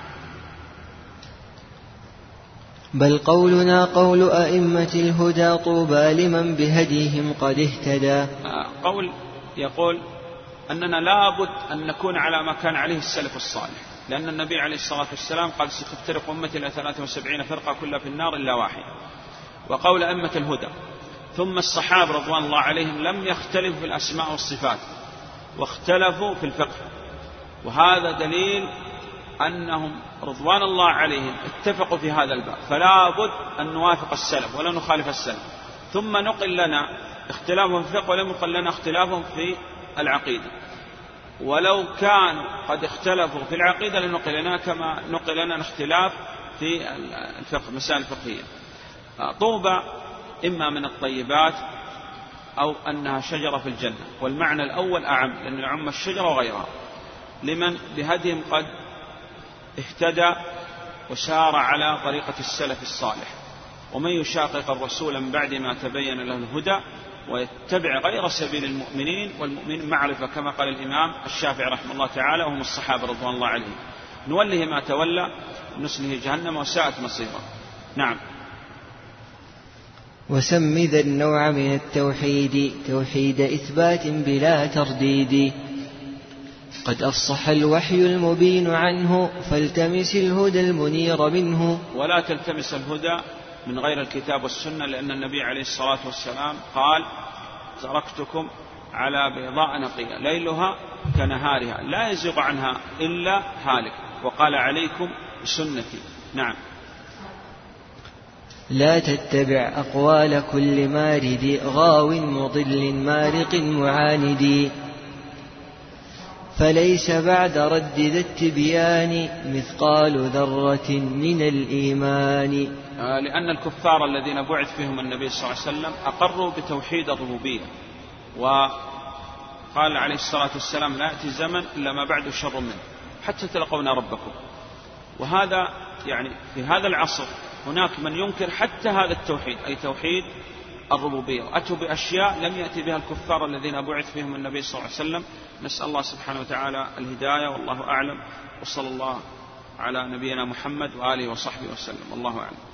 بل قولنا قول أئمة الهدى طوبى لمن بهديهم قد اهتدى. قول يقول أننا لابد أن نكون على ما كان عليه السلف الصالح، لأن النبي عليه الصلاة والسلام قال ستفترق أمتي إلى ثلاثة وسبعين فرقة كلها في النار إلا واحد. وقول أئمة الهدى. ثم الصحابة رضوان الله عليهم لم يختلفوا في الأسماء والصفات، واختلفوا في الفقه، وهذا دليل أنهم رضوان الله عليهم اتفقوا في هذا الباب، فلا بد أن نوافق السلف ولا نخالف السلف. ثم نقل لنا اختلافهم في الفقه ولم يقل لنا اختلافهم في العقيدة، ولو كانوا قد اختلفوا في العقيدة لنقل لنا كما نقل لنا الاختلاف في الفقه، مسائل الفقهية. طوبى إما من الطيبات أو أنها شجرة في الجنة، والمعنى الأول أعم لأن يعم الشجرة وغيرها. لمن بهديهم قد اهتدى وسار على طريقة السلف الصالح. ومن يشاقق الرسول من بعد ما تبين له الهدى ويتبع غير سبيل المؤمنين، والمؤمن معرفة كما قال الإمام الشافعي رحمه الله تعالى وهم الصحابة رضوان الله عليهم، نوله ما تولى نسله جهنم وساءت مصيره. نعم. وسم ذا النوع من التوحيد توحيد إثبات بلا ترديد، قد أفصح الوحي المبين عنه فالتمس الهدى المنير منه. ولا تلتمس الهدى من غير الكتاب والسنة، لأن النبي عليه الصلاة والسلام قال تركتكم على بيضاء نقية ليلها كنهارها لا يزيغ عنها إلا هالك، وقال عليكم بسنتي. نعم. لا تتبع أقوال كل مارد غاو مضل مارق معاند، فليس بعد رد ذا التبيان مثقال ذرة من الإيمان. آه لأن الكفار الذين بعث فيهم النبي صلى الله عليه وسلم أقروا بتوحيد الربوبية، وقال عليه الصلاة والسلام لا يأتي زمن إلا ما بعد شر منه حتى تلقون ربكم. وهذا يعني في هذا العصر هناك من ينكر حتى هذا التوحيد، أي توحيد الربوبية، أتوا بأشياء لم يأتي بها الكفار الذين بعث فيهم النبي صلى الله عليه وسلم. نسأل الله سبحانه وتعالى الهداية، والله أعلم، وصلى الله على نبينا محمد وآله وصحبه وسلم، والله أعلم.